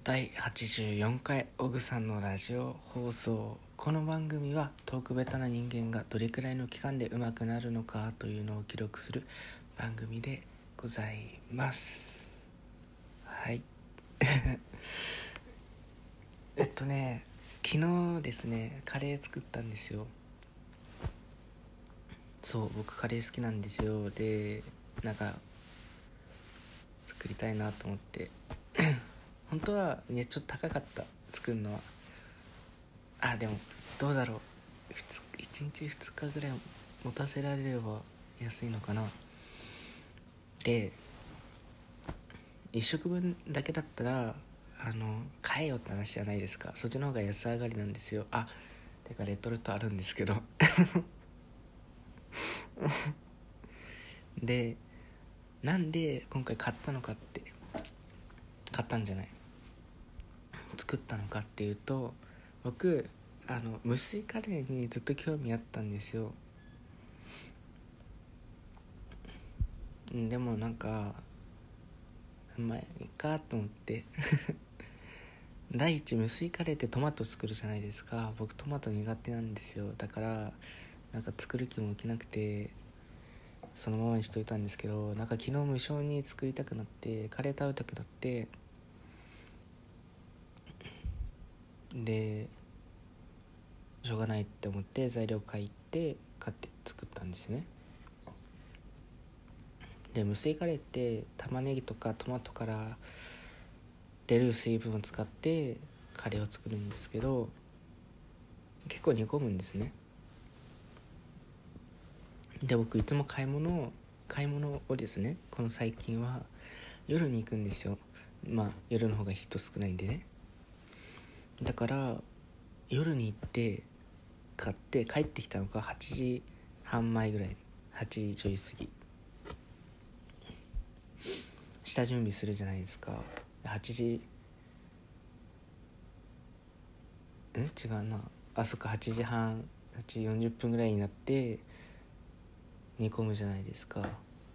第84回オグさんのラジオ放送。この番組はトークベタな人間がどれくらいの期間で上手くなるのかというのを記録する番組でございます。はい昨日ですね、カレー作ったんですよ。そう、僕カレー好きなんですよ。で、作りたいなと思って本当はね、ちょっと高かった、作るのは。でもどうだろう、1日2日ぐらい持たせられれば安いのかな。で、1食分だけだったら買えよって話じゃないですか。そっちの方が安上がりなんですよ。てかレトルトあるんですけどで、なんで今回買った作ったのかっていうと、僕無水カレーにずっと興味あったんですよ。でもいいかと思って第一、無水カレーってトマト作るじゃないですか。僕トマト苦手なんですよ。だから作る気も起きなくてそのままにしといたんですけど、昨日無性に作りたくなって、カレー食べたくなって、でしょうがないって思って材料買って作ったんですね。で、無水カレーって玉ねぎとかトマトから出る水分を使ってカレーを作るんですけど、結構煮込むんですね。で、僕いつも買い物をですね、この最近は夜に行くんですよ。夜の方が人少ないんでね。だから夜に行って買って帰ってきたのが8時半前ぐらい、8時ちょい過ぎ。下準備するじゃないですか。8時違うなそっか、8時半8時40分ぐらいになって煮込むじゃないですか。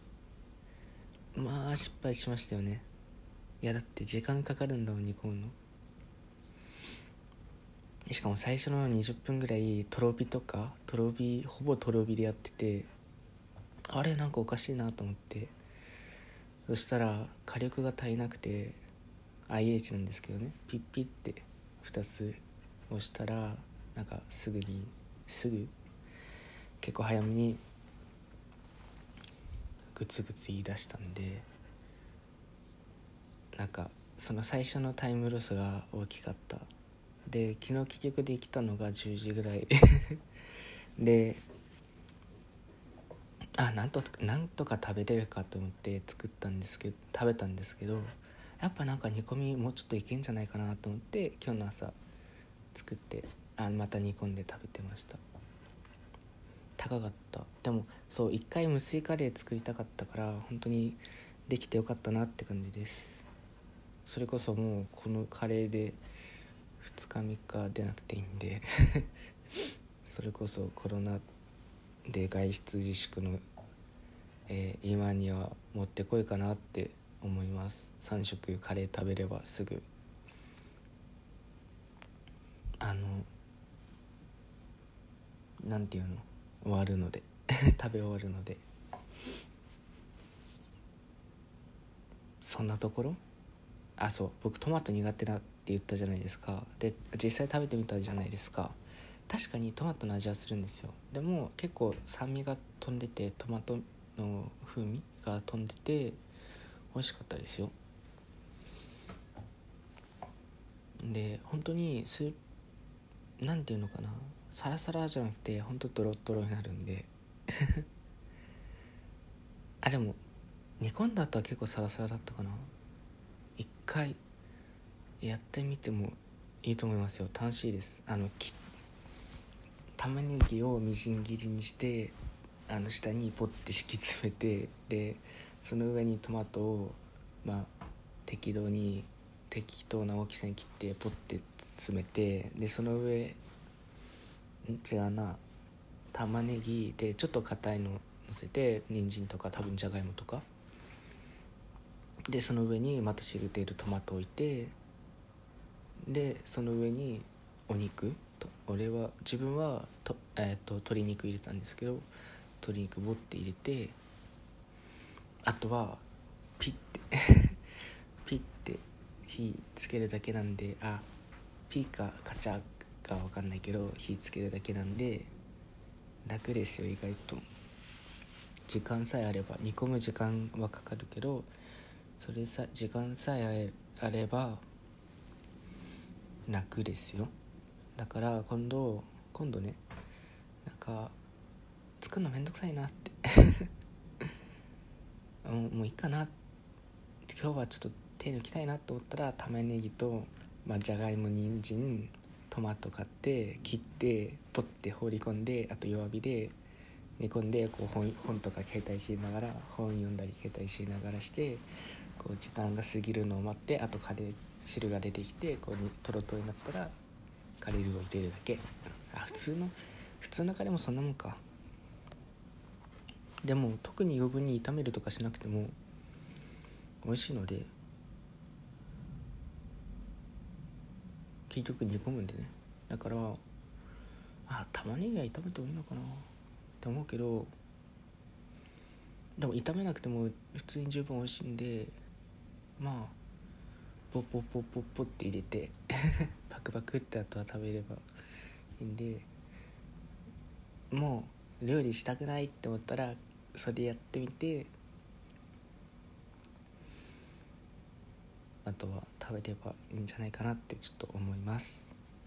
失敗しましたよね。だって時間かかるんだもん、煮込むの。しかも最初の20分ぐらいほぼとろ火でやってて、おかしいなと思って、そしたら火力が足りなくて IH なんですけどね、ピッピッって2つ押したらすぐ結構早めにグツグツ言い出したんで、その最初のタイムロスが大きかった。で、昨日結局できたのが10時ぐらいで、なんとか食べれるかと思って食べたんですけど、やっぱ煮込みもうちょっといけんじゃないかなと思って今日の朝作ってまた煮込んで食べてました。高かった。でもそう、一回無水カレー作りたかったから、本当にできてよかったなって感じです。それこそもうこのカレーで2日3日出なくていいんでそれこそコロナで外出自粛の、今にはもってこいかなって思います。3食カレー食べればすぐなんていうの終わるので食べ終わるので、そんなところ。そう、僕トマト苦手だって言ったじゃないですか。で、実際食べてみたじゃないですか。確かにトマトの味はするんですよ。でも結構酸味が飛んでて、トマトの風味が飛んでて美味しかったですよ。で、本当になんていうのかな、サラサラじゃなくて本当ドロッドロになるんででも煮込んだ後は結構サラサラだったかな。一回やってみてもいいと思いますよ。楽しいです。玉ねぎをみじん切りにして、下にポッて敷き詰めて、でその上にトマトを適当な大きさに切ってポッて詰めて、でその上玉ねぎでちょっと硬いの乗せて、人参とか多分じゃがいもとかで、その上にまた汁出るトマト置いて、 でその上にお肉と、自分は鶏肉入れたんですけど、鶏肉ボッて入れて、あとはピッてピッて火つけるだけなんで、ピーかカチャか分かんないけど火つけるだけなんで楽ですよ。意外と時間さえあれば、煮込む時間はかかるけど、時間さえあれば楽ですよ。だから今度ね、なんか作るのめんどくさいなってもういいかな、今日はちょっと手抜きたいなと思ったら、玉ねぎと、じゃがいも、人参、トマト買って切ってポッて放り込んで、あと弱火で煮込んで、こう本とか携帯しながら、本読んだり携帯しながらして、こう時間が過ぎるのを待って、あとカレー汁が出てきて、こうトロトロになったらカレールーを入れるだけ。普通のカレーもそんなもんか。でも特に余分に炒めるとかしなくても美味しいので、結局煮込むんでね。だから玉ねぎは炒めてもいいのかなって思うけど、でも炒めなくても普通に十分美味しいんで、ポッポッポッポッポって入れてパクパクってあとは食べればいいんで、もう料理したくないって思ったらそれやってみて、あとは食べればいいんじゃないかなってちょっと思います。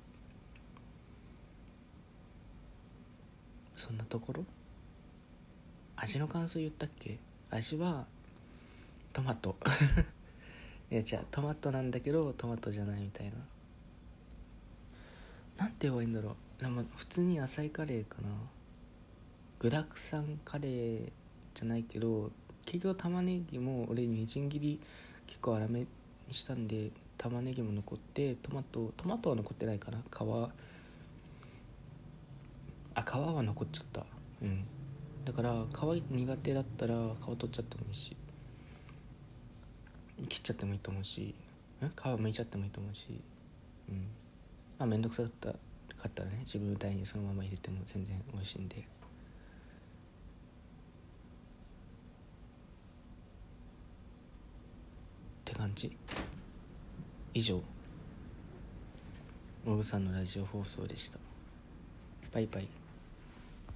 そんなところ。味の感想言ったっけ？味はトマトいやトマトなんだけどトマトじゃないみたいな、なんて言えばいいんだろう。でも普通に野菜カレーかな。具だくさんカレーじゃないけど、結局玉ねぎも俺みじん切り結構粗めにしたんで、玉ねぎも残って、トマトは残ってないかな。皮は残っちゃった。だから皮苦手だったら皮取っちゃってもいいし、切っちゃってもいいと思うし、皮剥いちゃってもいいと思うし、めんどくさかったらね、自分みたいにそのまま入れても全然美味しいんで。って感じ。以上、モグさんのラジオ放送でした。バイバイ。